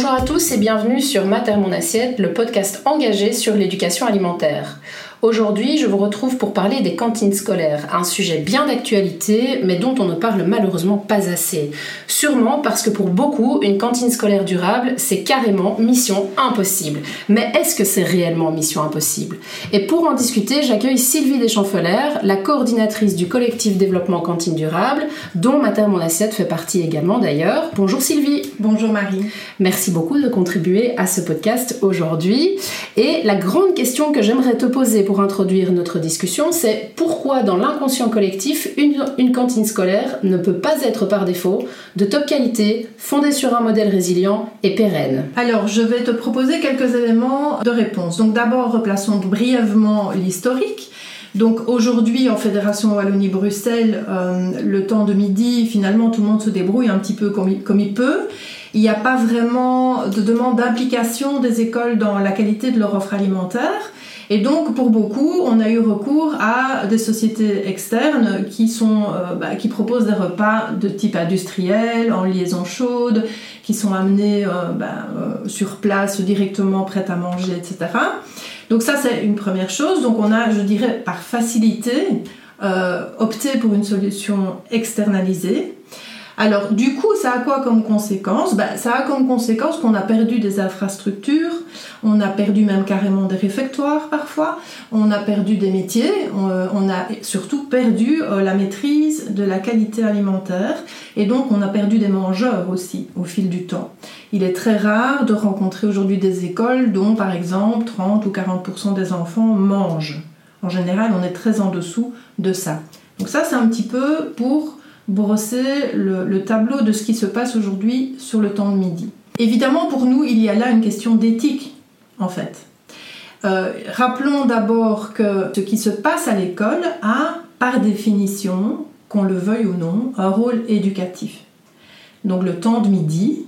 Bonjour à tous et bienvenue sur Ma Terre Mon Assiette, le podcast engagé sur l'éducation alimentaire. Aujourd'hui, je vous retrouve pour parler des cantines scolaires, un sujet bien d'actualité, mais dont on ne parle malheureusement pas assez. Sûrement parce que pour beaucoup, une cantine scolaire durable, c'est carrément mission impossible. Mais est-ce que c'est réellement mission impossible ? Et pour en discuter, j'accueille Sylvie Deschamps-Feller, la coordinatrice du collectif Développement Cantine Durable, dont Ma Terre Mon Assiette fait partie également d'ailleurs. Bonjour Sylvie. Bonjour Marie. Merci beaucoup de contribuer à ce podcast aujourd'hui. Et la grande question que j'aimerais te poser pour introduire notre discussion, c'est pourquoi dans l'inconscient collectif, une cantine scolaire ne peut pas être par défaut de top qualité, fondée sur un modèle résilient et pérenne. Alors, je vais te proposer quelques éléments de réponse. Donc d'abord, replaçons brièvement l'historique. Donc aujourd'hui, en Fédération Wallonie-Bruxelles, le temps de midi, finalement, tout le monde se débrouille un petit peu comme il peut. Il n'y a pas vraiment de demande d'implication des écoles dans la qualité de leur offre alimentaire. Et donc, pour beaucoup, on a eu recours à des sociétés externes qui proposent des repas de type industriel, en liaison chaude, qui sont amenés sur place, directement prêts à manger, etc. Donc ça, c'est une première chose. Donc on a, je dirais, par facilité, opté pour une solution externalisée. Alors, du coup, ça a quoi comme conséquence ? Ça a comme conséquence qu'on a perdu des infrastructures, on a perdu même carrément des réfectoires parfois, on a perdu des métiers, on a surtout perdu la maîtrise de la qualité alimentaire et donc on a perdu des mangeurs aussi au fil du temps. Il est très rare de rencontrer aujourd'hui des écoles dont, par exemple, 30 ou 40% des enfants mangent. En général, on est très en dessous de ça. Donc ça, c'est un petit peu pour brosser le tableau de ce qui se passe aujourd'hui sur le temps de midi. Évidemment, pour nous, il y a là une question d'éthique, en fait. Rappelons d'abord que ce qui se passe à l'école a, par définition, qu'on le veuille ou non, un rôle éducatif. Donc le temps de midi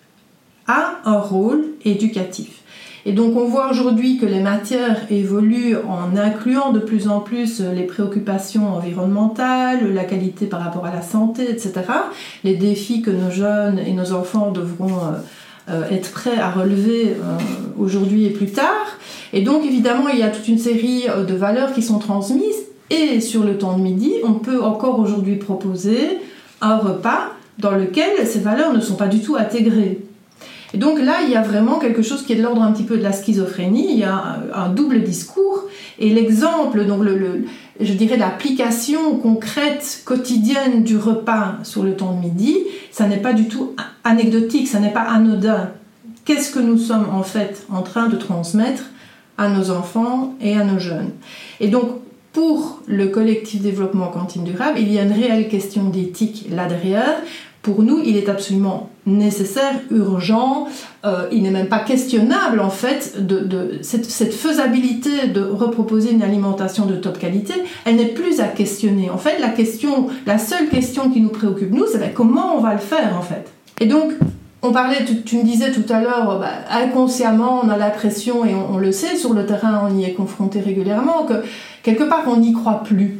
a un rôle éducatif. Et donc on voit aujourd'hui que les matières évoluent en incluant de plus en plus les préoccupations environnementales, la qualité par rapport à la santé, etc. Les défis que nos jeunes et nos enfants devront être prêts à relever aujourd'hui et plus tard. Et donc évidemment il y a toute une série de valeurs qui sont transmises et sur le temps de midi on peut encore aujourd'hui proposer un repas dans lequel ces valeurs ne sont pas du tout intégrées. Et donc là, il y a vraiment quelque chose qui est de l'ordre un petit peu de la schizophrénie, il y a un double discours, et l'exemple, donc je dirais l'application concrète, quotidienne du repas sur le temps de midi, ça n'est pas du tout anecdotique, ça n'est pas anodin. Qu'est-ce que nous sommes en fait en train de transmettre à nos enfants et à nos jeunes ? Et donc, pour le collectif Développement Cantine Durable, il y a une réelle question d'éthique là derrière. Pour nous, il est absolument nécessaire, urgent, il n'est même pas questionnable en fait de cette faisabilité de reproposer une alimentation de top qualité, elle n'est plus à questionner. En fait, la seule question qui nous préoccupe nous, c'est comment on va le faire en fait. Et donc, tu me disais tout à l'heure, inconsciemment, on a l'impression, et on le sait, sur le terrain, on y est confronté régulièrement, que quelque part, on n'y croit plus.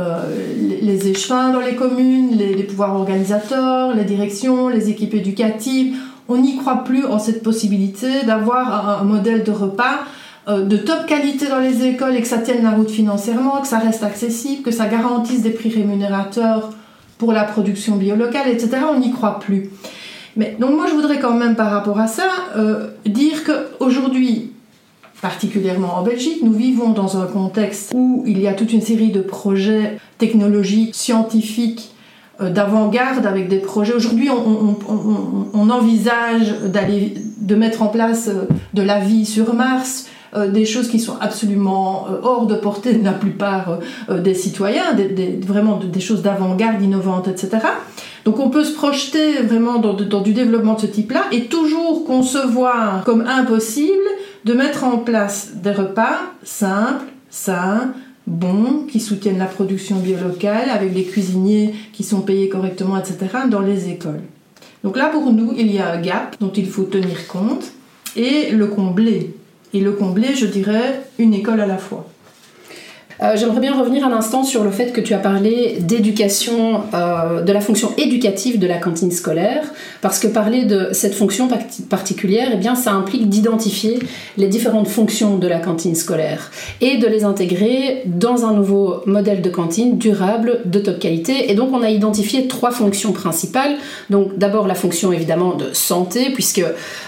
Les échevins dans les communes, les pouvoirs organisateurs, les directions, les équipes éducatives, on n'y croit plus en cette possibilité d'avoir un modèle de repas de top qualité dans les écoles et que ça tienne la route financièrement, que ça reste accessible, que ça garantisse des prix rémunérateurs pour la production biolocale, etc. On n'y croit plus. Mais donc moi je voudrais quand même par rapport à ça dire qu'aujourd'hui, particulièrement en Belgique, nous vivons dans un contexte où il y a toute une série de projets technologiques, scientifiques, d'avant-garde avec des projets. Aujourd'hui, on envisage de mettre en place de la vie sur Mars, des choses qui sont absolument hors de portée de la plupart des citoyens, vraiment des choses d'avant-garde, innovantes, etc. Donc on peut se projeter vraiment dans du développement de ce type-là et toujours concevoir comme impossible de mettre en place des repas simples, sains, bons, qui soutiennent la production biolocale, avec des cuisiniers qui sont payés correctement, etc., dans les écoles. Donc là, pour nous, il y a un gap dont il faut tenir compte et le combler. Et le combler, je dirais, une école à la fois. J'aimerais bien revenir un instant sur le fait que tu as parlé d'éducation, de la fonction éducative de la cantine scolaire, parce que parler de cette fonction particulière, eh bien, ça implique d'identifier les différentes fonctions de la cantine scolaire et de les intégrer dans un nouveau modèle de cantine durable, de top qualité. Et donc, on a identifié 3 fonctions principales. Donc, d'abord, la fonction évidemment de santé, puisque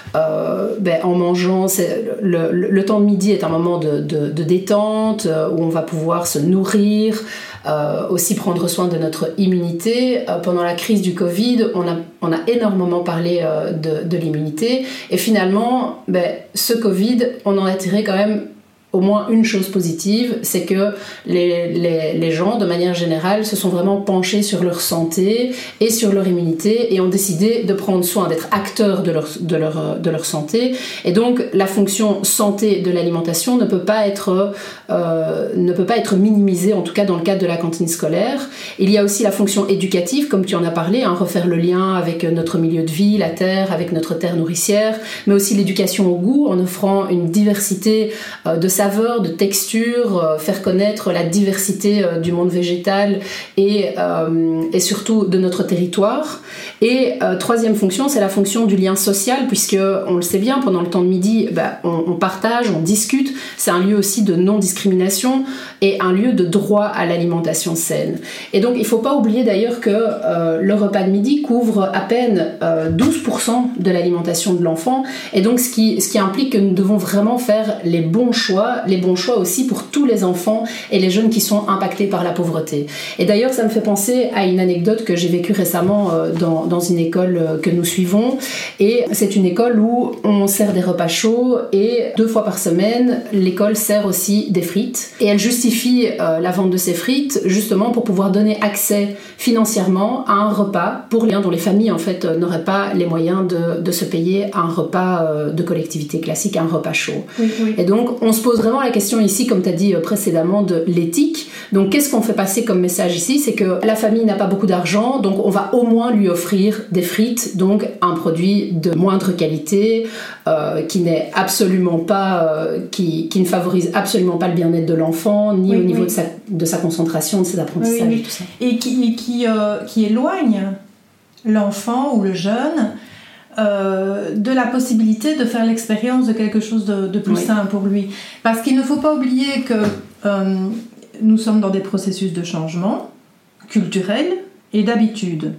en mangeant, le temps de midi est un moment de détente, où on va pouvoir se nourrir, aussi prendre soin de notre immunité. Pendant la crise du Covid, on a énormément parlé de l'immunité, et finalement, ce Covid, on en a tiré quand même au moins une chose positive, c'est que les gens, de manière générale, se sont vraiment penchés sur leur santé et sur leur immunité et ont décidé de prendre soin, d'être acteurs de leur santé. Et donc, la fonction santé de l'alimentation ne peut pas être minimisée, en tout cas dans le cadre de la cantine scolaire. Il y a aussi la fonction éducative, comme tu en as parlé, refaire le lien avec notre milieu de vie, la terre, avec notre terre nourricière, mais aussi l'éducation au goût, en offrant une diversité de saveurs, de textures, faire connaître la diversité du monde végétal et surtout de notre territoire. Et troisième fonction, c'est la fonction du lien social, puisque on le sait bien, pendant le temps de midi, on partage, on discute. C'est un lieu aussi de non-discrimination et un lieu de droit à l'alimentation saine. Et donc, il ne faut pas oublier d'ailleurs que le repas de midi couvre à peine 12% de l'alimentation de l'enfant, et donc ce qui implique que nous devons vraiment faire les bons choix aussi pour tous les enfants et les jeunes qui sont impactés par la pauvreté. Et d'ailleurs, ça me fait penser à une anecdote que j'ai vécue récemment dans une école que nous suivons, et c'est une école où on sert des repas chauds, et 2 fois par semaine, l'école sert aussi des frites, et elle justifie la vente de ces frites justement pour pouvoir donner accès financièrement à un repas pour les gens dont les familles en fait n'auraient pas les moyens de se payer un repas de collectivité classique, un repas chaud. Oui. Et donc on se pose vraiment la question ici, comme tu as dit précédemment, de l'éthique. Donc qu'est-ce qu'on fait passer comme message ici? C'est que la famille n'a pas beaucoup d'argent, donc on va au moins lui offrir des frites, donc un produit de moindre qualité, qui n'est absolument pas, qui ne favorise absolument pas le bien-être de l'enfant, ni au niveau de sa concentration, de ses apprentissages, tout ça. Et qui éloigne l'enfant ou le jeune de la possibilité de faire l'expérience de quelque chose de plus sain pour lui. Parce qu'il ne faut pas oublier que nous sommes dans des processus de changement culturel et d'habitude.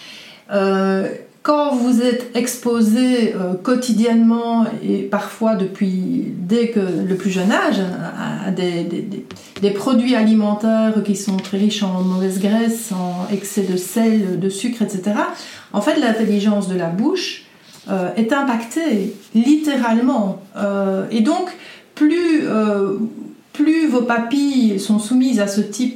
Quand vous êtes exposé quotidiennement et parfois dès que le plus jeune âge à des produits alimentaires qui sont très riches en mauvaise graisse, en excès de sel, de sucre, etc., en fait l'intelligence de la bouche est impactée littéralement. Et donc plus vos papilles sont soumises à ce type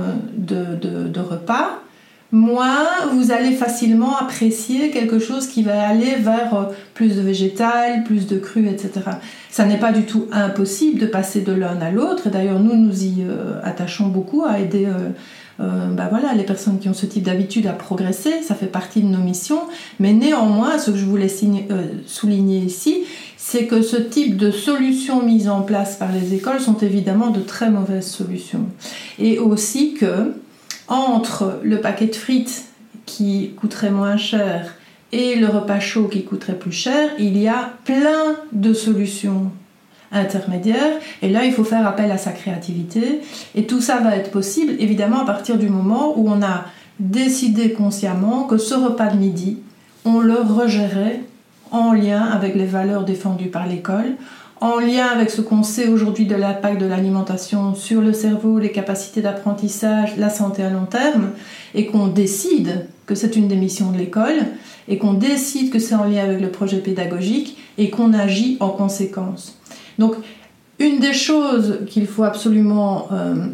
de repas, moins vous allez facilement apprécier quelque chose qui va aller vers plus de végétal, plus de cru, etc. Ça n'est pas du tout impossible de passer de l'un à l'autre. Et d'ailleurs, nous y attachons beaucoup à aider les personnes qui ont ce type d'habitude à progresser. Ça fait partie de nos missions. Mais néanmoins, ce que je voulais souligner ici, c'est que ce type de solutions mises en place par les écoles sont évidemment de très mauvaises solutions. Et aussi que entre le paquet de frites qui coûterait moins cher et le repas chaud qui coûterait plus cher, il y a plein de solutions intermédiaires, et là il faut faire appel à sa créativité, et tout ça va être possible évidemment à partir du moment où on a décidé consciemment que ce repas de midi, on le regérait en lien avec les valeurs défendues par l'école, en lien avec ce qu'on sait aujourd'hui de l'impact de l'alimentation sur le cerveau, les capacités d'apprentissage, la santé à long terme, et qu'on décide que c'est une des missions de l'école, et qu'on décide que c'est en lien avec le projet pédagogique, et qu'on agit en conséquence. Donc, une des choses qu'il faut absolument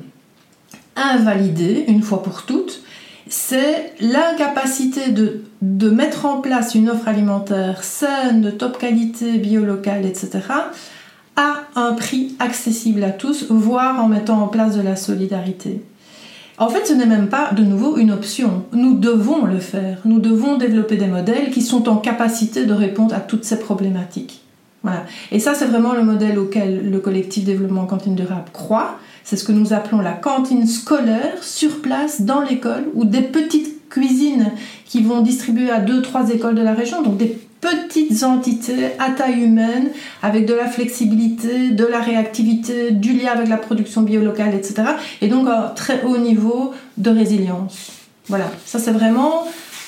invalider, une fois pour toutes, c'est l'incapacité de mettre en place une offre alimentaire saine, de top qualité, bio-locale, etc., à un prix accessible à tous, voire en mettant en place de la solidarité. En fait, ce n'est même pas, de nouveau, une option. Nous devons le faire. Nous devons développer des modèles qui sont en capacité de répondre à toutes ces problématiques. Voilà. Et ça, c'est vraiment le modèle auquel le collectif Développement Cantine Durable croit. c'est ce que nous appelons la cantine scolaire sur place dans l'école, ou des petites cuisines qui vont distribuer à 2-3 écoles de la région, donc des petites entités à taille humaine, avec de la flexibilité, de la réactivité, du lien avec la production biolocale, etc. Et donc un très haut niveau de résilience. Voilà, ça c'est vraiment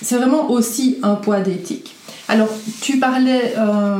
aussi un poids d'éthique. Alors, tu parlais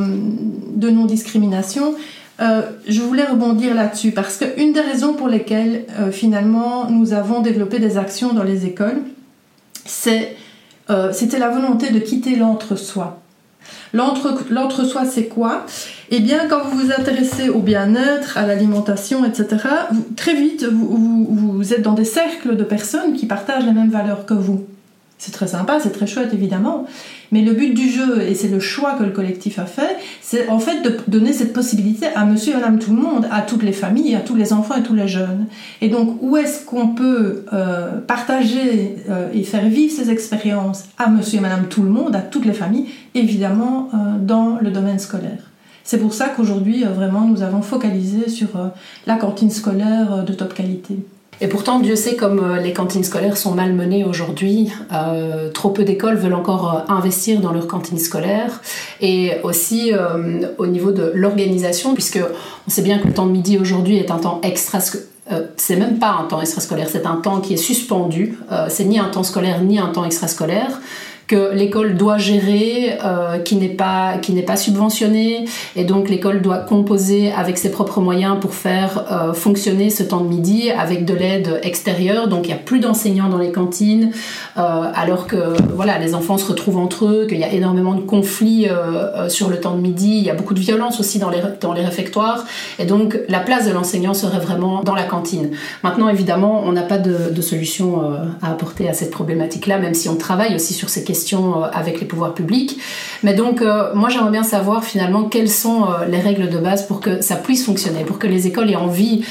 de non-discrimination. Je voulais rebondir là-dessus parce qu'une des raisons pour lesquelles finalement nous avons développé des actions dans les écoles, c'était la volonté de quitter l'entre-soi. L'entre-soi, c'est quoi ? Eh bien, quand vous vous intéressez au bien-être, à l'alimentation, etc., très vite, vous êtes dans des cercles de personnes qui partagent les mêmes valeurs que vous. C'est très sympa, c'est très chouette, évidemment. Mais le but du jeu, et c'est le choix que le collectif a fait, c'est en fait de donner cette possibilité à monsieur et madame tout le monde, à toutes les familles, à tous les enfants et tous les jeunes. Et donc, où est-ce qu'on peut partager et faire vivre ces expériences à monsieur et madame tout le monde, à toutes les familles, évidemment, dans le domaine scolaire. C'est pour ça qu'aujourd'hui, vraiment, nous avons focalisé sur la cantine scolaire de top qualité. Et pourtant, Dieu sait comme les cantines scolaires sont mal menées aujourd'hui. Trop peu d'écoles veulent encore investir dans leurs cantines scolaires. Et aussi au niveau de l'organisation, puisque on sait bien que le temps de midi aujourd'hui est un temps c'est même pas un temps extrascolaire, c'est un temps qui est suspendu. C'est ni un temps scolaire ni un temps extrascolaire que l'école doit gérer, qui n'est pas subventionné, et donc l'école doit composer avec ses propres moyens pour faire fonctionner ce temps de midi avec de l'aide extérieure. Donc il n'y a plus d'enseignants dans les cantines, alors que voilà, les enfants se retrouvent entre eux, qu'il y a énormément de conflits sur le temps de midi, il y a beaucoup de violence aussi dans les réfectoires, et donc la place de l'enseignant serait vraiment dans la cantine. Maintenant, évidemment, on n'a pas de solution à apporter à cette problématique-là, même si on travaille aussi sur ces questions avec les pouvoirs publics. Mais donc, moi, j'aimerais bien savoir finalement quelles sont les règles de base pour que ça puisse fonctionner, pour que les écoles aient envie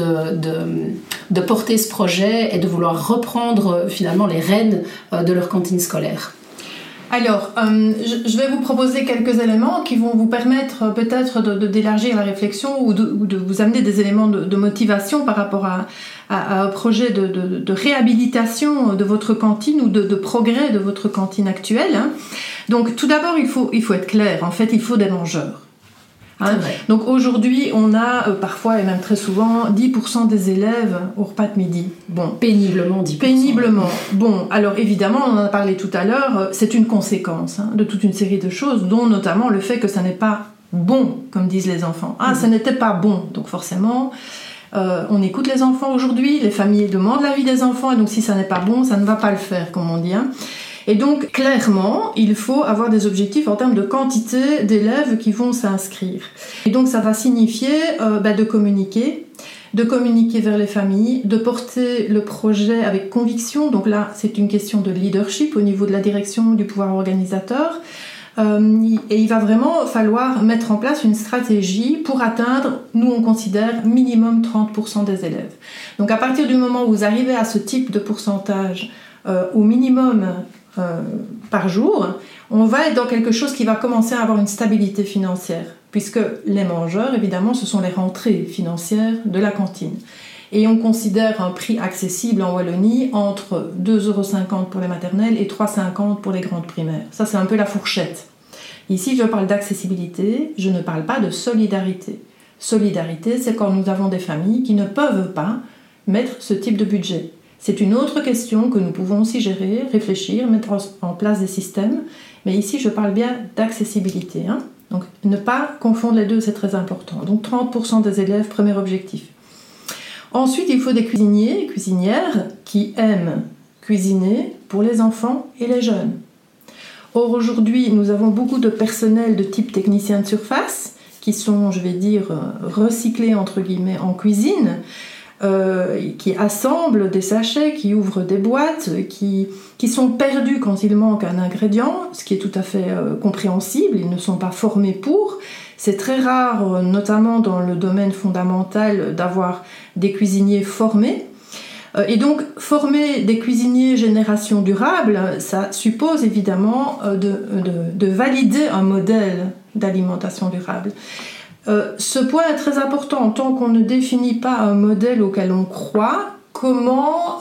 de porter ce projet et de vouloir reprendre finalement les rênes de leur cantine scolaire. Alors, je vais vous proposer quelques éléments qui vont vous permettre peut-être d'élargir la réflexion ou de vous amener des éléments de motivation par rapport à un projet de réhabilitation de votre cantine ou de progrès de votre cantine actuelle. Hein. Donc, tout d'abord, il faut être clair. En fait, il faut des mangeurs. Hein. Donc aujourd'hui, on a parfois et même très souvent 10% des élèves au repas de midi. Bon, péniblement 10%. Péniblement. Bon, alors évidemment, on en a parlé tout à l'heure, c'est une conséquence de toute une série de choses, dont notamment le fait que ça n'est pas bon, comme disent les enfants. Ah, ça n'était pas bon, donc forcément... on écoute les enfants aujourd'hui, les familles demandent l'avis des enfants, et donc si ça n'est pas bon, ça ne va pas le faire, comme on dit. Hein. Et donc, clairement, il faut avoir des objectifs en termes de quantité d'élèves qui vont s'inscrire. Et donc, ça va signifier de communiquer vers les familles, de porter le projet avec conviction. Donc là, c'est une question de leadership au niveau de la direction du pouvoir organisateur. Et il va vraiment falloir mettre en place une stratégie pour atteindre, nous on considère, minimum 30% des élèves. Donc à partir du moment où vous arrivez à ce type de pourcentage au minimum par jour, on va être dans quelque chose qui va commencer à avoir une stabilité financière, puisque les mangeurs, évidemment, ce sont les rentrées financières de la cantine. Et on considère un prix accessible en Wallonie entre 2,50€ pour les maternelles et 3,50€ pour les grandes primaires. Ça, c'est un peu la fourchette. Ici, je parle d'accessibilité, je ne parle pas de solidarité. Solidarité, c'est quand nous avons des familles qui ne peuvent pas mettre ce type de budget. C'est une autre question que nous pouvons aussi gérer, réfléchir, mettre en place des systèmes. Mais ici, je parle bien d'accessibilité. Hein. Donc, ne pas confondre les deux, c'est très important. Donc, 30% des élèves, premier objectif. Ensuite, il faut des cuisiniers et cuisinières qui aiment cuisiner pour les enfants et les jeunes. Or, aujourd'hui, nous avons beaucoup de personnel de type technicien de surface qui sont, je vais dire, recyclés, entre guillemets, en cuisine, qui assemblent des sachets, qui ouvrent des boîtes, qui sont perdus quand il manque un ingrédient, ce qui est tout à fait compréhensible, ils ne sont pas formés pour. C'est très rare, notamment dans le domaine fondamental, d'avoir des cuisiniers formés. Et donc, former des cuisiniers génération durable, ça suppose évidemment de valider un modèle d'alimentation durable. Ce point est très important. Tant qu'on ne définit pas un modèle auquel on croit, comment,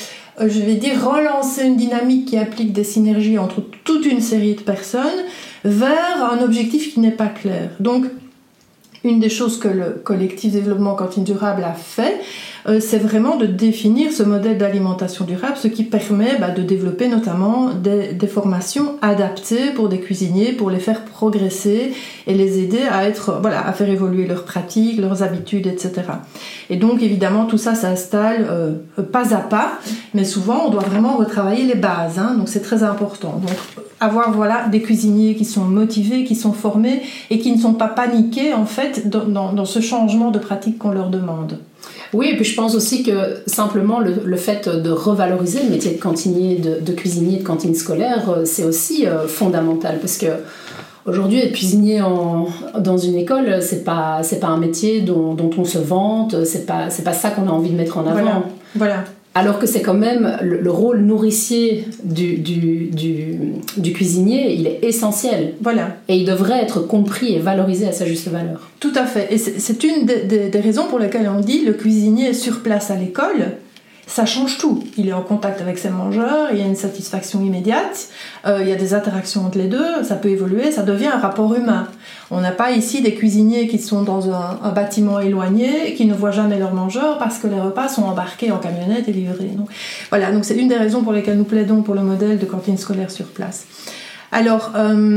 relancer une dynamique qui applique des synergies entre toute une série de personnes vers un objectif qui n'est pas clair. Donc, une des choses que le collectif développement cantine durable a fait, c'est vraiment de définir ce modèle d'alimentation durable, ce qui permet de développer notamment des formations adaptées pour des cuisiniers, pour les faire progresser et les aider à faire évoluer leurs pratiques, leurs habitudes, etc. Et donc évidemment tout ça s'installe pas à pas, mais souvent on doit vraiment retravailler les bases, donc c'est très important. Donc avoir des cuisiniers qui sont motivés, qui sont formés et qui ne sont pas paniqués en fait dans ce changement de pratique qu'on leur demande. Oui, et puis je pense aussi que simplement le fait de revaloriser le métier de cantinier, de cuisinier, de cantine scolaire, c'est aussi fondamental parce que aujourd'hui, être cuisinier dans une école, c'est pas un métier dont on se vante, c'est pas ça qu'on a envie de mettre en avant. Voilà. Alors que c'est quand même le rôle nourricier du cuisinier, il est essentiel. Voilà. Et il devrait être compris et valorisé à sa juste valeur. Tout à fait. Et c'est une des raisons pour lesquelles on dit le cuisinier sur place à l'école, ça change tout. Il est en contact avec ses mangeurs, il y a une satisfaction immédiate, il y a des interactions entre les deux, ça peut évoluer, ça devient un rapport humain. On n'a pas ici des cuisiniers qui sont dans un bâtiment éloigné, qui ne voient jamais leurs mangeurs parce que les repas sont embarqués en camionnette et livrés. Donc c'est une des raisons pour lesquelles nous plaidons pour le modèle de cantine scolaire sur place. Alors,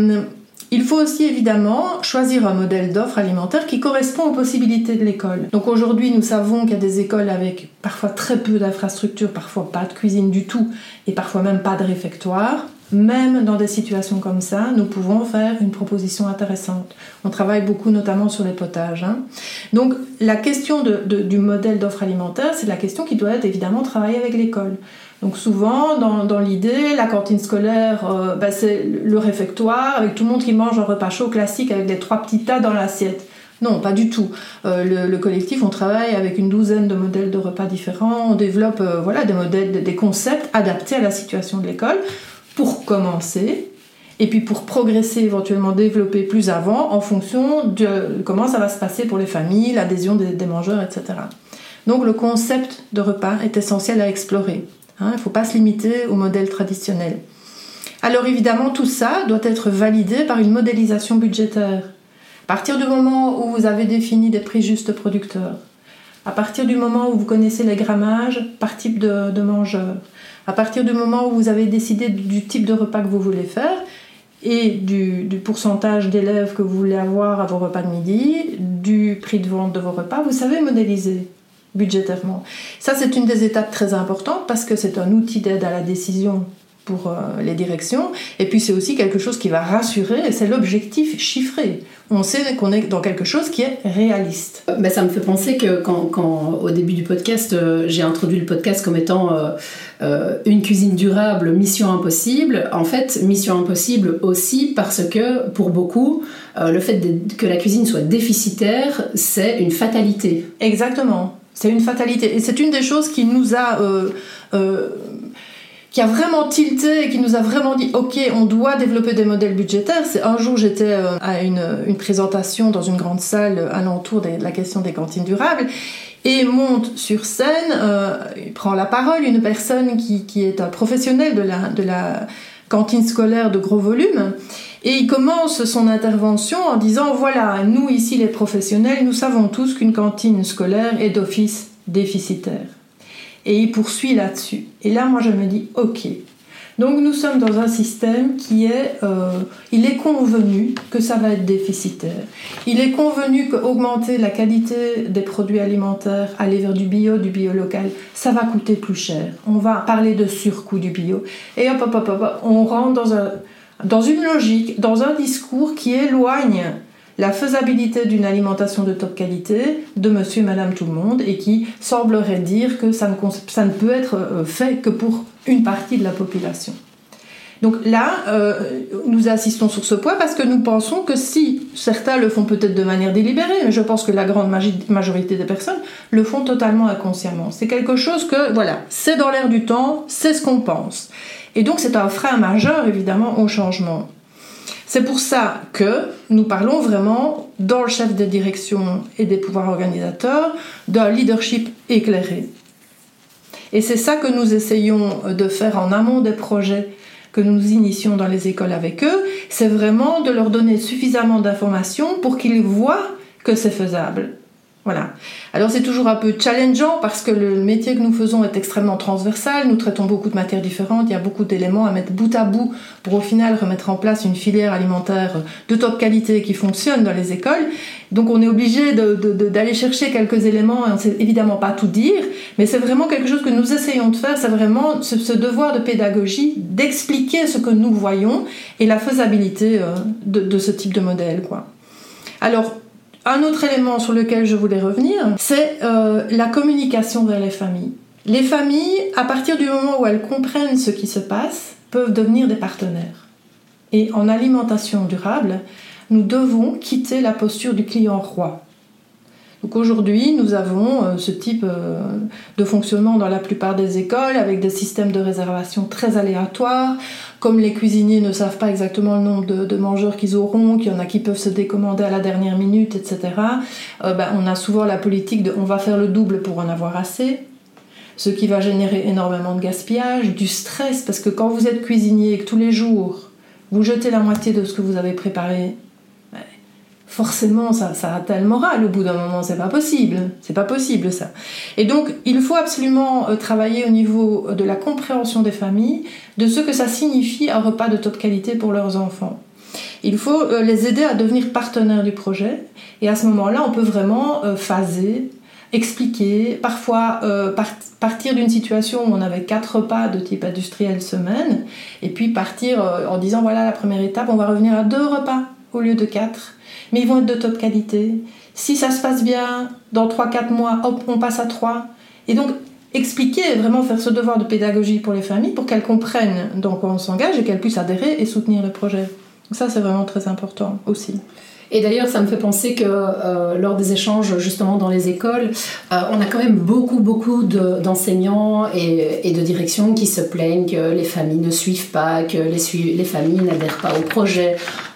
il faut aussi évidemment choisir un modèle d'offre alimentaire qui correspond aux possibilités de l'école. Donc aujourd'hui, nous savons qu'il y a des écoles avec parfois très peu d'infrastructures, parfois pas de cuisine du tout et parfois même pas de réfectoire. Même dans des situations comme ça, nous pouvons faire une proposition intéressante. On travaille beaucoup notamment sur les potages. Donc la question du modèle d'offre alimentaire, c'est la question qui doit être évidemment travaillée avec l'école. Donc souvent, dans l'idée, la cantine scolaire, c'est le réfectoire, avec tout le monde qui mange un repas chaud classique avec les 3 petits tas dans l'assiette. Non, pas du tout. Le collectif, on travaille avec une douzaine de modèles de repas différents, on développe des modèles, des concepts adaptés à la situation de l'école pour commencer, et puis pour progresser, éventuellement développer plus avant, en fonction de comment ça va se passer pour les familles, l'adhésion des mangeurs, etc. Donc le concept de repas est essentiel à explorer. Il ne faut pas se limiter au modèle traditionnel. Alors évidemment, tout ça doit être validé par une modélisation budgétaire. À partir du moment où vous avez défini des prix justes producteurs, à partir du moment où vous connaissez les grammages par type de mangeurs, à partir du moment où vous avez décidé du type de repas que vous voulez faire et du pourcentage d'élèves que vous voulez avoir à vos repas de midi, du prix de vente de vos repas, vous savez modéliser budgétairement. Ça, c'est une des étapes très importantes parce que c'est un outil d'aide à la décision pour les directions, et puis c'est aussi quelque chose qui va rassurer, et c'est l'objectif chiffré. On sait qu'on est dans quelque chose qui est réaliste. Ça me fait penser que quand au début du podcast, j'ai introduit le podcast comme étant une cuisine durable, mission impossible. En fait, mission impossible aussi parce que, pour beaucoup, le fait que la cuisine soit déficitaire, c'est une fatalité. Exactement, c'est une fatalité. Et c'est une des choses qui nous a... qui a vraiment tilté et qui nous a vraiment dit « Ok, on doit développer des modèles budgétaires ». Un jour, j'étais à une présentation dans une grande salle alentour de la question des cantines durables et monte sur scène, prend la parole une personne qui est un professionnel de la cantine scolaire de gros volume, et il commence son intervention en disant « Voilà, nous ici les professionnels, nous savons tous qu'une cantine scolaire est d'office déficitaire ». Et il poursuit là-dessus. Et là, moi, je me dis, ok. Donc, nous sommes dans un système qui est... il est convenu que ça va être déficitaire. Il est convenu qu'augmenter la qualité des produits alimentaires, aller vers du bio local, ça va coûter plus cher. On va parler de surcoût du bio. Et hop, on rentre dans une logique, dans un discours qui éloigne la faisabilité d'une alimentation de top qualité de monsieur et madame tout le monde et qui semblerait dire que ça ne peut être fait que pour une partie de la population. Donc là, nous assistons sur ce point parce que nous pensons que si certains le font peut-être de manière délibérée, mais je pense que la grande majorité des personnes le font totalement inconsciemment. C'est quelque chose que, c'est dans l'air du temps, c'est ce qu'on pense. Et donc c'est un frein majeur évidemment au changement. C'est pour ça que nous parlons vraiment, dans le chef de direction et des pouvoirs organisateurs, d'un leadership éclairé. Et c'est ça que nous essayons de faire en amont des projets que nous initions dans les écoles avec eux, c'est vraiment de leur donner suffisamment d'informations pour qu'ils voient que c'est faisable. Voilà. Alors c'est toujours un peu challengeant parce que le métier que nous faisons est extrêmement transversal, nous traitons beaucoup de matières différentes, il y a beaucoup d'éléments à mettre bout à bout pour au final remettre en place une filière alimentaire de top qualité qui fonctionne dans les écoles. Donc on est obligé d'aller chercher quelques éléments et on ne sait évidemment pas tout dire, mais c'est vraiment quelque chose que nous essayons de faire, c'est vraiment ce devoir de pédagogie, d'expliquer ce que nous voyons et la faisabilité de ce type de modèle, quoi. Alors, un autre élément sur lequel je voulais revenir, c'est la communication vers les familles. Les familles, à partir du moment où elles comprennent ce qui se passe, peuvent devenir des partenaires. Et en alimentation durable, nous devons quitter la posture du client roi. Donc aujourd'hui, nous avons ce type de fonctionnement dans la plupart des écoles avec des systèmes de réservation très aléatoires. Comme les cuisiniers ne savent pas exactement le nombre de mangeurs qu'ils auront, qu'il y en a qui peuvent se décommander à la dernière minute, etc. On a souvent la politique de « on va faire le double pour en avoir assez », ce qui va générer énormément de gaspillage, du stress, parce que quand vous êtes cuisinier et que tous les jours, vous jetez la moitié de ce que vous avez préparé, forcément, ça atteint le moral au bout d'un moment, c'est pas possible ça. Et donc, il faut absolument travailler au niveau de la compréhension des familles, de ce que ça signifie un repas de top qualité pour leurs enfants. Il faut les aider à devenir partenaires du projet, et à ce moment-là, on peut vraiment phaser, expliquer, parfois partir d'une situation où on avait 4 repas de type industriel semaine, et puis partir en disant, voilà, la première étape, on va revenir à 2 repas au lieu de 4. Mais ils vont être de top qualité. Si ça se passe bien, dans 3-4 mois, hop, on passe à 3. Et donc, expliquer, vraiment faire ce devoir de pédagogie pour les familles pour qu'elles comprennent dans quoi on s'engage et qu'elles puissent adhérer et soutenir le projet. Donc ça, c'est vraiment très important aussi. Et d'ailleurs, ça me fait penser que lors des échanges justement dans les écoles, on a quand même beaucoup d'enseignants et de directions qui se plaignent que les familles ne suivent pas, que les familles n'adhèrent pas au projet.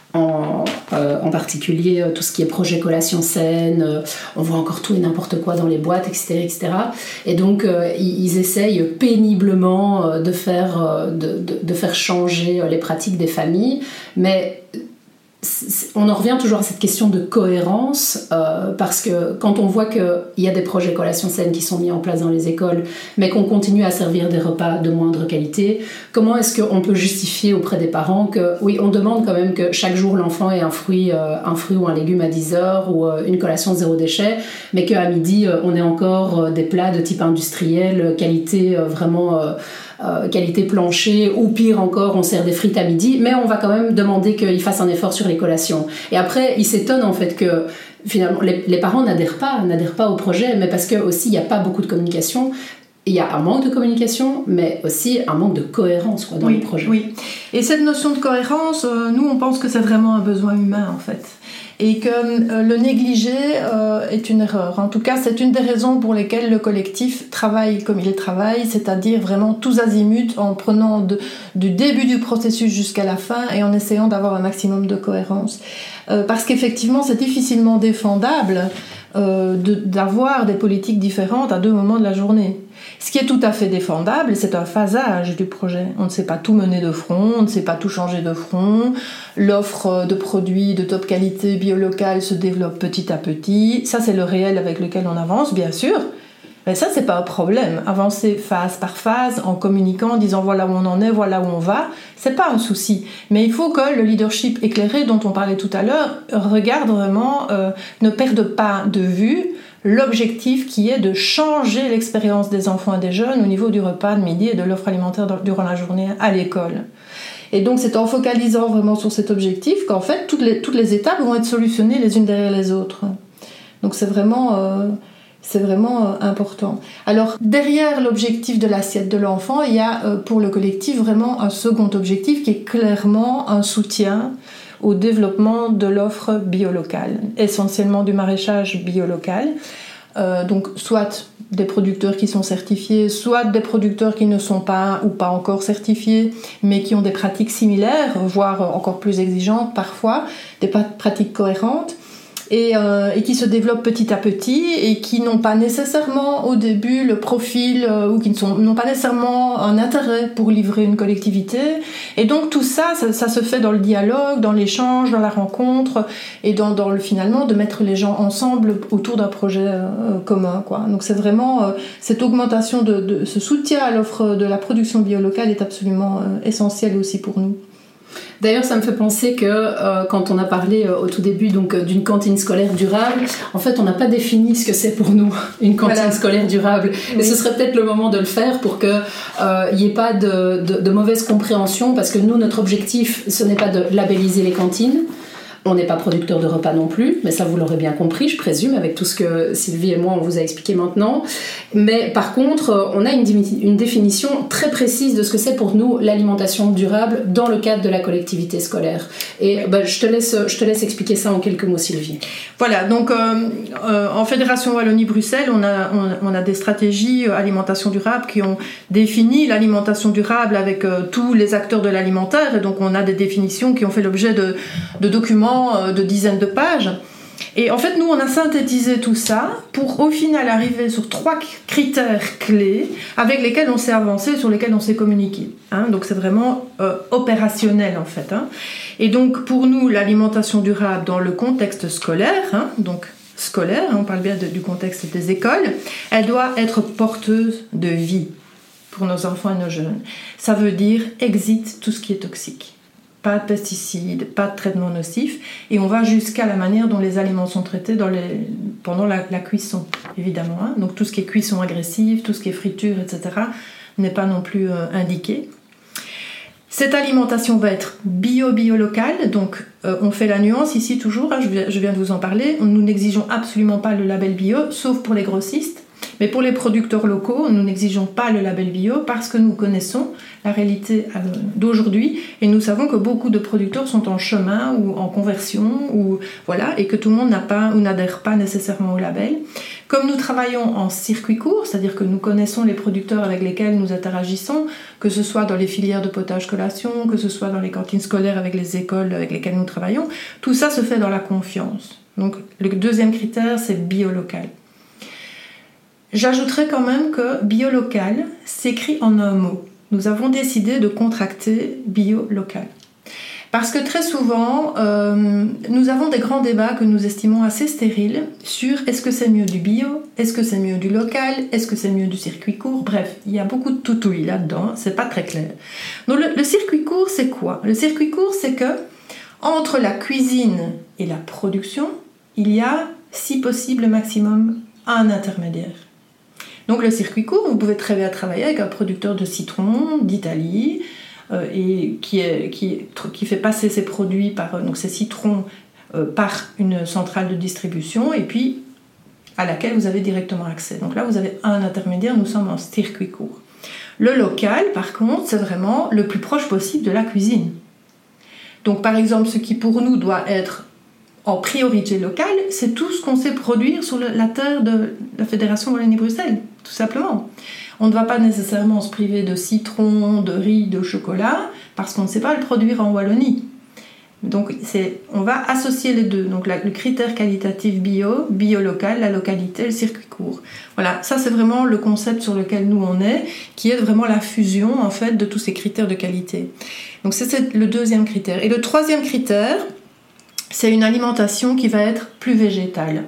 En particulier tout ce qui est projet collation saine, on voit encore tout et n'importe quoi dans les boîtes, etc. Et donc ils essayent péniblement de faire changer les pratiques des familles, mais on en revient toujours à cette question de cohérence, parce que quand on voit qu'il y a des projets collation saine qui sont mis en place dans les écoles, mais qu'on continue à servir des repas de moindre qualité, comment est-ce qu'on peut justifier auprès des parents que, oui, on demande quand même que chaque jour l'enfant ait un fruit ou un légume à 10h ou une collation zéro déchet, mais qu'à midi on ait encore des plats de type industriel, qualité vraiment... qualité plancher, ou pire encore, on sert des frites à midi, mais on va quand même demander qu'ils fassent un effort sur les collations. Et après, ils s'étonnent en fait que finalement les parents n'adhèrent pas au projet, mais parce que aussi il n'y a pas beaucoup de communication. Il y a un manque de communication, mais aussi un manque de cohérence dans les projets. Oui. Et cette notion de cohérence, nous on pense que c'est vraiment un besoin humain en fait. Et que le négliger est une erreur. En tout cas, c'est une des raisons pour lesquelles le collectif travaille comme il travaille, c'est-à-dire vraiment tous azimuts, en prenant du début du processus jusqu'à la fin et en essayant d'avoir un maximum de cohérence. Parce qu'effectivement, c'est difficilement défendable d'avoir des politiques différentes à 2 moments de la journée. Ce qui est tout à fait défendable, c'est un phasage du projet. On ne sait pas tout mener de front, on ne sait pas tout changer de front. L'offre de produits de top qualité bio-local se développe petit à petit. Ça, c'est le réel avec lequel on avance, bien sûr. Mais ça, c'est pas un problème. Avancer phase par phase, en communiquant, en disant voilà où on en est, voilà où on va, c'est pas un souci. Mais il faut que le leadership éclairé dont on parlait tout à l'heure regarde vraiment, ne perde pas de vue l'objectif qui est de changer l'expérience des enfants et des jeunes au niveau du repas de midi et de l'offre alimentaire durant la journée à l'école. Et donc c'est en focalisant vraiment sur cet objectif qu'en fait toutes les étapes vont être solutionnées les unes derrière les autres. Donc c'est vraiment important. Alors derrière l'objectif de l'assiette de l'enfant, il y a pour le collectif vraiment un second objectif qui est clairement un soutien au développement de l'offre bio-locale, essentiellement du maraîchage bio-local. donc soit des producteurs qui sont certifiés, soit des producteurs qui ne sont pas ou pas encore certifiés, mais qui ont des pratiques similaires, voire encore plus exigeantes parfois, des pratiques cohérentes, et qui se développent petit à petit et qui n'ont pas nécessairement au début le profil ou qui n'ont pas nécessairement un intérêt pour livrer une collectivité. Et donc tout ça se fait dans le dialogue, dans l'échange, dans la rencontre et dans le finalement de mettre les gens ensemble autour d'un projet commun, quoi. Donc c'est vraiment cette augmentation de ce soutien à l'offre de la production bio-locale est absolument essentielle aussi pour nous. D'ailleurs, ça me fait penser que quand on a parlé au tout début donc, d'une cantine scolaire durable, en fait, on n'a pas défini ce que c'est pour nous, une cantine scolaire durable. Oui. Et ce serait peut-être le moment de le faire pour qu'il n'y ait pas de mauvaise compréhension, parce que nous, notre objectif, ce n'est pas de labelliser les cantines. On n'est pas producteur de repas non plus, mais ça vous l'aurez bien compris, je présume, avec tout ce que Sylvie et moi on vous a expliqué maintenant. Mais par contre, on a une définition très précise de ce que c'est pour nous l'alimentation durable dans le cadre de la collectivité scolaire. Et je te laisse expliquer ça en quelques mots, Sylvie. Voilà, donc en Fédération Wallonie-Bruxelles, on a des stratégies alimentation durable qui ont défini l'alimentation durable avec tous les acteurs de l'alimentaire. Et donc on a des définitions qui ont fait l'objet de documents de dizaines de pages. Et en fait, nous, on a synthétisé tout ça pour, au final, arriver sur 3 critères clés avec lesquels on s'est avancé, sur lesquels on s'est communiqué. Donc, c'est vraiment opérationnel, en fait. Et donc, pour nous, l'alimentation durable dans le contexte scolaire, donc scolaire, on parle bien du contexte des écoles, elle doit être porteuse de vie pour nos enfants et nos jeunes. Ça veut dire exit tout ce qui est toxique. Pas de pesticides, pas de traitements nocifs, et on va jusqu'à la manière dont les aliments sont traités pendant la cuisson, évidemment. Donc tout ce qui est cuisson agressive, tout ce qui est friture, etc., n'est pas non plus indiqué. Cette alimentation va être bio-locale, donc on fait la nuance ici toujours, je viens de vous en parler, nous n'exigeons absolument pas le label bio, sauf pour les grossistes. Mais pour les producteurs locaux, nous n'exigeons pas le label bio parce que nous connaissons la réalité d'aujourd'hui et nous savons que beaucoup de producteurs sont en chemin ou en conversion et que tout le monde n'a pas ou n'adhère pas nécessairement au label. Comme nous travaillons en circuit court, c'est-à-dire que nous connaissons les producteurs avec lesquels nous interagissons, que ce soit dans les filières de potage-collation, que ce soit dans les cantines scolaires avec les écoles avec lesquelles nous travaillons, tout ça se fait dans la confiance. Donc le deuxième critère, c'est bio-local. J'ajouterais quand même que bio-local s'écrit en un mot. Nous avons décidé de contracter bio-local. Parce que très souvent, nous avons des grands débats que nous estimons assez stériles sur est-ce que c'est mieux du bio, est-ce que c'est mieux du local, est-ce que c'est mieux du circuit court. Bref, il y a beaucoup de toutouilles là-dedans, c'est pas très clair. Donc le circuit court, c'est quoi ? Le circuit court, c'est que entre la cuisine et la production, il y a, si possible, maximum, un intermédiaire. Donc le circuit court, vous pouvez très bien travailler avec un producteur de citron d'Italie et qui fait passer ses produits donc ses citrons par une centrale de distribution et puis à laquelle vous avez directement accès. Donc là, vous avez un intermédiaire, nous sommes en circuit court. Le local, par contre, c'est vraiment le plus proche possible de la cuisine. Donc par exemple, ce qui pour nous doit être en priorité locale, c'est tout ce qu'on sait produire sur la terre de la Fédération Wallonie-Bruxelles, tout simplement. On ne va pas nécessairement se priver de citron, de riz, de chocolat, parce qu'on ne sait pas le produire en Wallonie. Donc on va associer les deux, donc le critère qualitatif bio-local, la localité, le circuit court. Voilà, ça c'est vraiment le concept sur lequel nous on est, qui est vraiment la fusion en fait de tous ces critères de qualité. Donc c'est le deuxième critère. Et le troisième critère, c'est une alimentation qui va être plus végétale.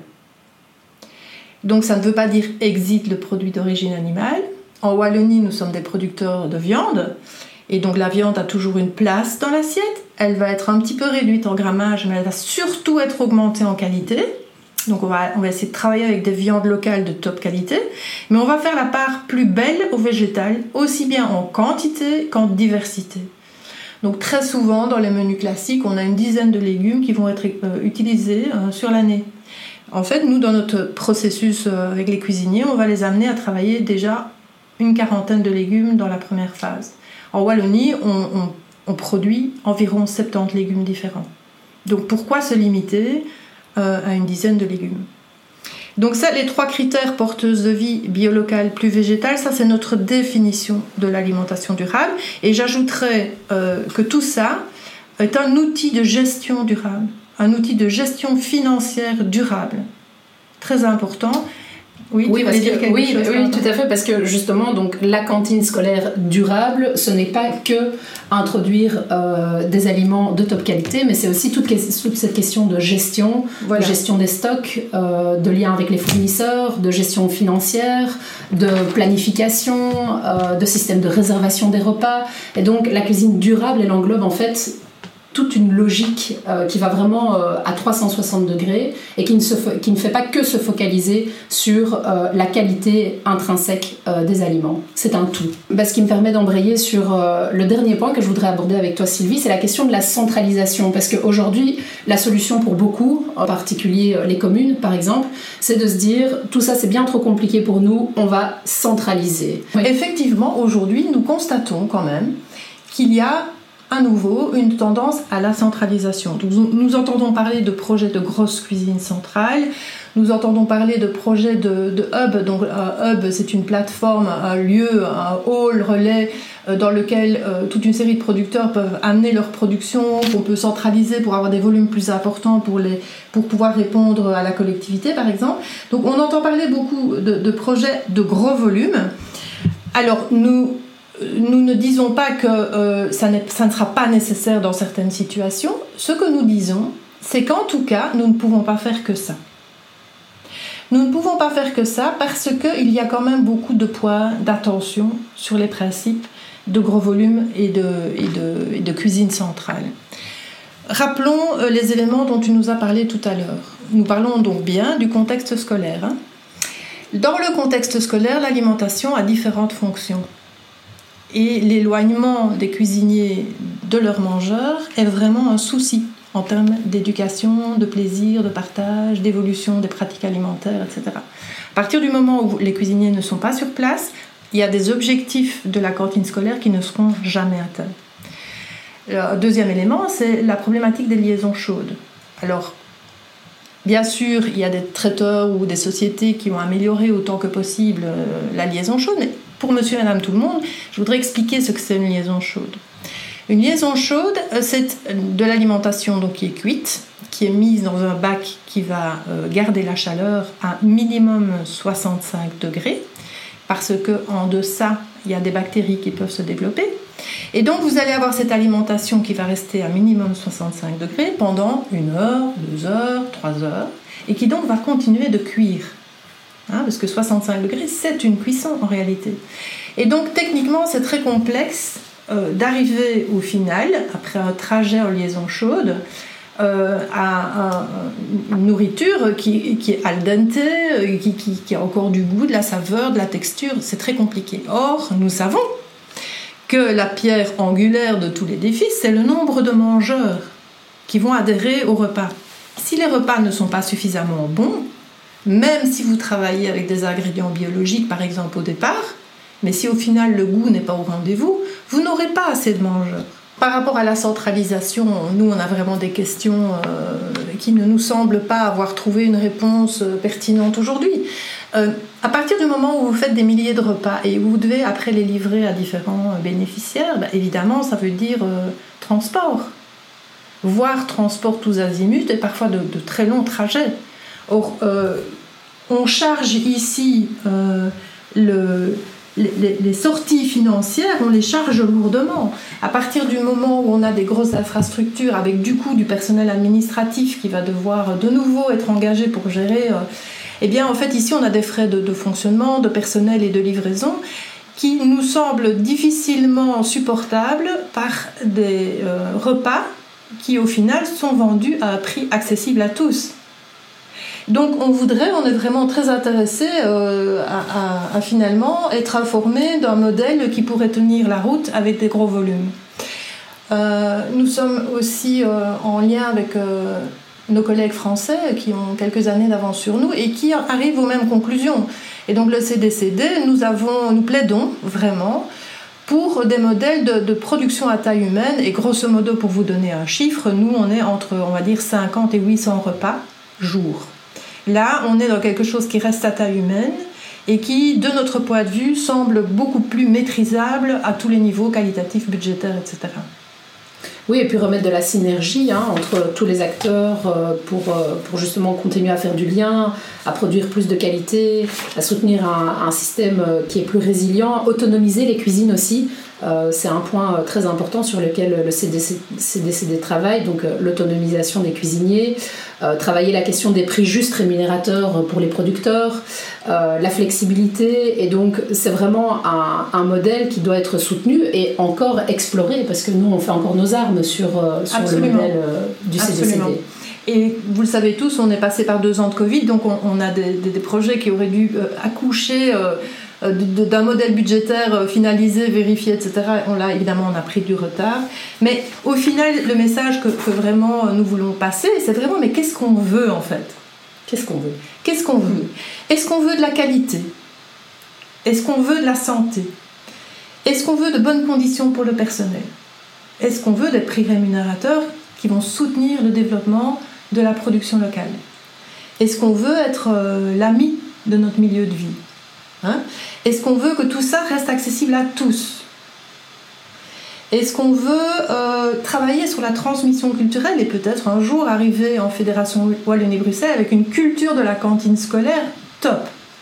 Donc ça ne veut pas dire exit le produit d'origine animale. En Wallonie, nous sommes des producteurs de viande, et donc la viande a toujours une place dans l'assiette. Elle va être un petit peu réduite en grammage, mais elle va surtout être augmentée en qualité. Donc on va essayer de travailler avec des viandes locales de top qualité, mais on va faire la part plus belle au végétal, aussi bien en quantité qu'en diversité. Donc très souvent, dans les menus classiques, on a une dizaine de légumes qui vont être utilisés sur l'année. En fait, nous, dans notre processus avec les cuisiniers, on va les amener à travailler déjà une quarantaine de légumes dans la première phase. En Wallonie, on produit environ 70 légumes différents. Donc pourquoi se limiter à une dizaine de légumes ? Donc ça, les 3 critères porteuses de vie, biolocale, plus végétale, ça c'est notre définition de l'alimentation durable. Et j'ajouterais que tout ça est un outil de gestion durable, un outil de gestion financière durable. Très important. Oui, tout à fait, parce que justement, donc, la cantine scolaire durable, ce n'est pas que introduire des aliments de top qualité, mais c'est aussi toute cette question de gestion, de gestion des stocks, de lien avec les fournisseurs, de gestion financière, de planification, de système de réservation des repas. Et donc, la cuisine durable, elle englobe en fait toute une logique qui va vraiment à 360 degrés et qui ne fait pas que se focaliser sur la qualité intrinsèque des aliments. C'est un tout. Ce qui me permet d'embrayer sur le dernier point que je voudrais aborder avec toi, Sylvie, c'est la question de la centralisation. Parce qu'aujourd'hui, la solution pour beaucoup, en particulier les communes par exemple, c'est de se dire tout ça c'est bien trop compliqué pour nous, on va centraliser. Oui. Effectivement, aujourd'hui, nous constatons quand même qu'il y a à nouveau une tendance à la centralisation. Donc, nous entendons parler de projets de grosses cuisines centrales, nous entendons parler de projets de hub. Donc hub, c'est une plateforme, un lieu, un hall relais dans lequel toute une série de producteurs peuvent amener leur production, qu'on peut centraliser pour avoir des volumes plus importants pour pouvoir répondre à la collectivité par exemple. Donc on entend parler beaucoup de projets de gros volumes. Alors nous ne disons pas que ça ne sera pas nécessaire dans certaines situations. Ce que nous disons, c'est qu'en tout cas, nous ne pouvons pas faire que ça. Nous ne pouvons pas faire que ça parce qu'il y a quand même beaucoup de points d'attention sur les principes de gros volumes et de cuisine centrale. Rappelons les éléments dont tu nous as parlé tout à l'heure. Nous parlons donc bien du contexte scolaire. Dans le contexte scolaire, l'alimentation a différentes fonctions. Et l'éloignement des cuisiniers de leurs mangeurs est vraiment un souci en termes d'éducation, de plaisir, de partage, d'évolution des pratiques alimentaires, etc. À partir du moment où les cuisiniers ne sont pas sur place, il y a des objectifs de la cantine scolaire qui ne seront jamais atteints. Le deuxième élément, c'est la problématique des liaisons chaudes. Alors, bien sûr, il y a des traiteurs ou des sociétés qui ont amélioré autant que possible la liaison chaude, mais pour monsieur et madame tout le monde, je voudrais expliquer ce que c'est une liaison chaude. Une liaison chaude, c'est de l'alimentation donc, qui est cuite, qui est mise dans un bac qui va garder la chaleur à minimum 65 degrés, parce qu'en deçà, il y a des bactéries qui peuvent se développer. Et donc, vous allez avoir cette alimentation qui va rester à minimum 65 degrés pendant 1 heure, 2 heures, 3 heures, et qui donc va continuer de cuire. Parce que 65 degrés, c'est une cuisson en réalité. Et donc, techniquement, c'est très complexe d'arriver au final, après un trajet en liaison chaude, à une nourriture qui est al dente, qui a encore du goût, de la saveur, de la texture. C'est très compliqué. Or, nous savons que la pierre angulaire de tous les défis, c'est le nombre de mangeurs qui vont adhérer au repas. Si les repas ne sont pas suffisamment bons, même si vous travaillez avec des ingrédients biologiques, par exemple, au départ, mais si au final le goût n'est pas au rendez-vous, vous n'aurez pas assez de mangeurs. Par rapport à la centralisation, nous, on a vraiment des questions qui ne nous semblent pas avoir trouvé une réponse pertinente aujourd'hui. À partir du moment où vous faites des milliers de repas et où vous devez après les livrer à différents bénéficiaires, évidemment, ça veut dire transport. Voire transport tous azimuts et parfois de très longs trajets. Or, on charge ici les sorties financières, on les charge lourdement. À partir du moment où on a des grosses infrastructures avec du coup du personnel administratif qui va devoir de nouveau être engagé pour gérer, eh bien en fait ici on a des frais de fonctionnement, de personnel et de livraison qui nous semblent difficilement supportables par des repas qui au final sont vendus à un prix accessible à tous. Donc on est vraiment très intéressé à finalement être informé d'un modèle qui pourrait tenir la route avec des gros volumes. Nous sommes aussi en lien avec nos collègues français qui ont quelques années d'avance sur nous et qui arrivent aux mêmes conclusions. Et donc le CDCD, nous plaidons vraiment pour des modèles de production à taille humaine et grosso modo, pour vous donner un chiffre, nous on est entre, on va dire, 50 et 800 repas jour. Là, on est dans quelque chose qui reste à taille humaine et qui, de notre point de vue, semble beaucoup plus maîtrisable à tous les niveaux, qualitatifs, budgétaires, etc. Oui, et puis remettre de la synergie entre tous les acteurs pour justement continuer à faire du lien, à produire plus de qualité, à soutenir un système qui est plus résilient, autonomiser les cuisines aussi. C'est un point très important sur lequel le CDCD travaille, donc l'autonomisation des cuisiniers, travailler la question des prix justes rémunérateurs pour les producteurs, la flexibilité, et donc c'est vraiment un modèle qui doit être soutenu et encore exploré, parce que nous on fait encore nos armes sur le modèle du CDCD. Absolument. Et vous le savez tous, on est passé par 2 ans de Covid, donc on a des projets qui auraient dû accoucher d'un modèle budgétaire finalisé, vérifié, etc. Évidemment, on a pris du retard. Mais au final, le message que vraiment nous voulons passer, c'est vraiment, mais qu'est-ce qu'on veut en fait ? Qu'est-ce qu'on veut ? Qu'est-ce qu'on veut ? Est-ce qu'on veut de la qualité ? Est-ce qu'on veut de la santé ? Est-ce qu'on veut de bonnes conditions pour le personnel ? Est-ce qu'on veut des prix rémunérateurs qui vont soutenir le développement de la production locale ? Est-ce qu'on veut être l'ami de notre milieu de vie ? Est-ce qu'on veut que tout ça reste accessible à tous ? Est-ce qu'on veut travailler sur la transmission culturelle et peut-être un jour arriver en Fédération Wallonie-Bruxelles avec une culture de la cantine scolaire top ?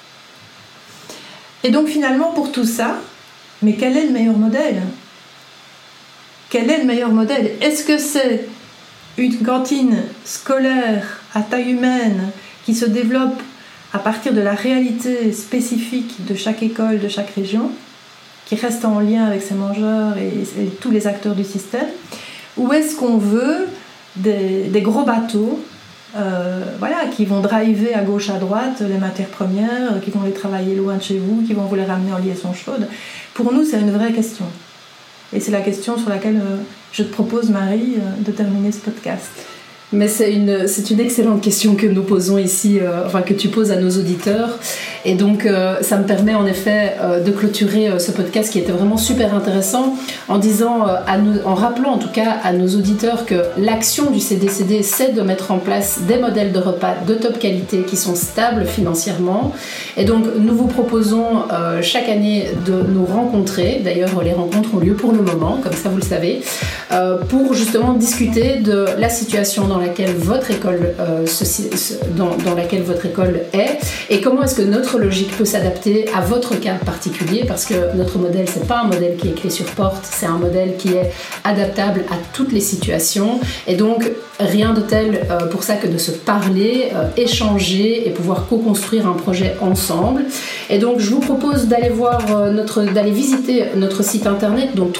Et donc finalement pour tout ça, mais quel est le meilleur modèle ? Quel est le meilleur modèle ? Est-ce que c'est une cantine scolaire à taille humaine qui se développe à partir de la réalité spécifique de chaque école, de chaque région, qui reste en lien avec ses mangeurs et tous les acteurs du système, ou est-ce qu'on veut des gros bateaux qui vont driver à gauche, à droite les matières premières, qui vont les travailler loin de chez vous, qui vont vous les ramener en liaison chaude ? Pour nous, c'est une vraie question. Et c'est la question sur laquelle je te propose, Marie, de terminer ce podcast. Mais c'est une excellente question que nous posons ici, que tu poses à nos auditeurs. Et donc, ça me permet en effet de clôturer ce podcast qui était vraiment super intéressant en disant, en rappelant en tout cas à nos auditeurs que l'action du CDCD, c'est de mettre en place des modèles de repas de top qualité qui sont stables financièrement. Et donc, nous vous proposons chaque année de nous rencontrer. D'ailleurs, les rencontres ont lieu pour le moment, comme ça vous le savez, pour justement discuter de la situation dans laquelle votre école dans laquelle votre école est, et comment est-ce que notre logique peut s'adapter à votre cas particulier, parce que notre modèle, c'est pas un modèle qui est clé sur porte, c'est un modèle qui est adaptable à toutes les situations, et donc rien de tel pour ça que de se parler, échanger et pouvoir co-construire un projet ensemble. Et donc je vous propose d'aller d'aller visiter notre site internet, donc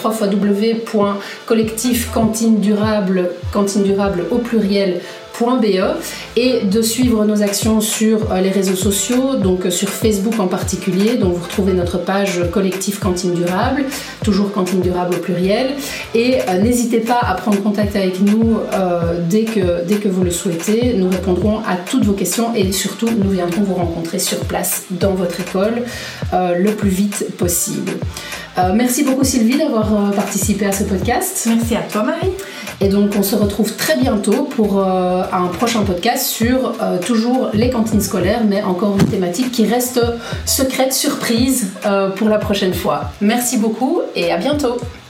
www.collectifcantinedurable au pluriel.be, et de suivre nos actions sur les réseaux sociaux, donc sur Facebook en particulier, donc vous retrouvez notre page Collectif Cantine Durable, toujours Cantine Durable au pluriel, et n'hésitez pas à prendre contact avec nous dès que vous le souhaitez. Nous répondrons à toutes vos questions et surtout nous viendrons vous rencontrer sur place dans votre école le plus vite possible. Merci beaucoup Sylvie d'avoir participé à ce podcast. Merci à toi Marie. Et donc on se retrouve très bientôt pour un prochain podcast sur toujours les cantines scolaires, mais encore une thématique qui reste secrète, surprise pour la prochaine fois. Merci beaucoup et à bientôt.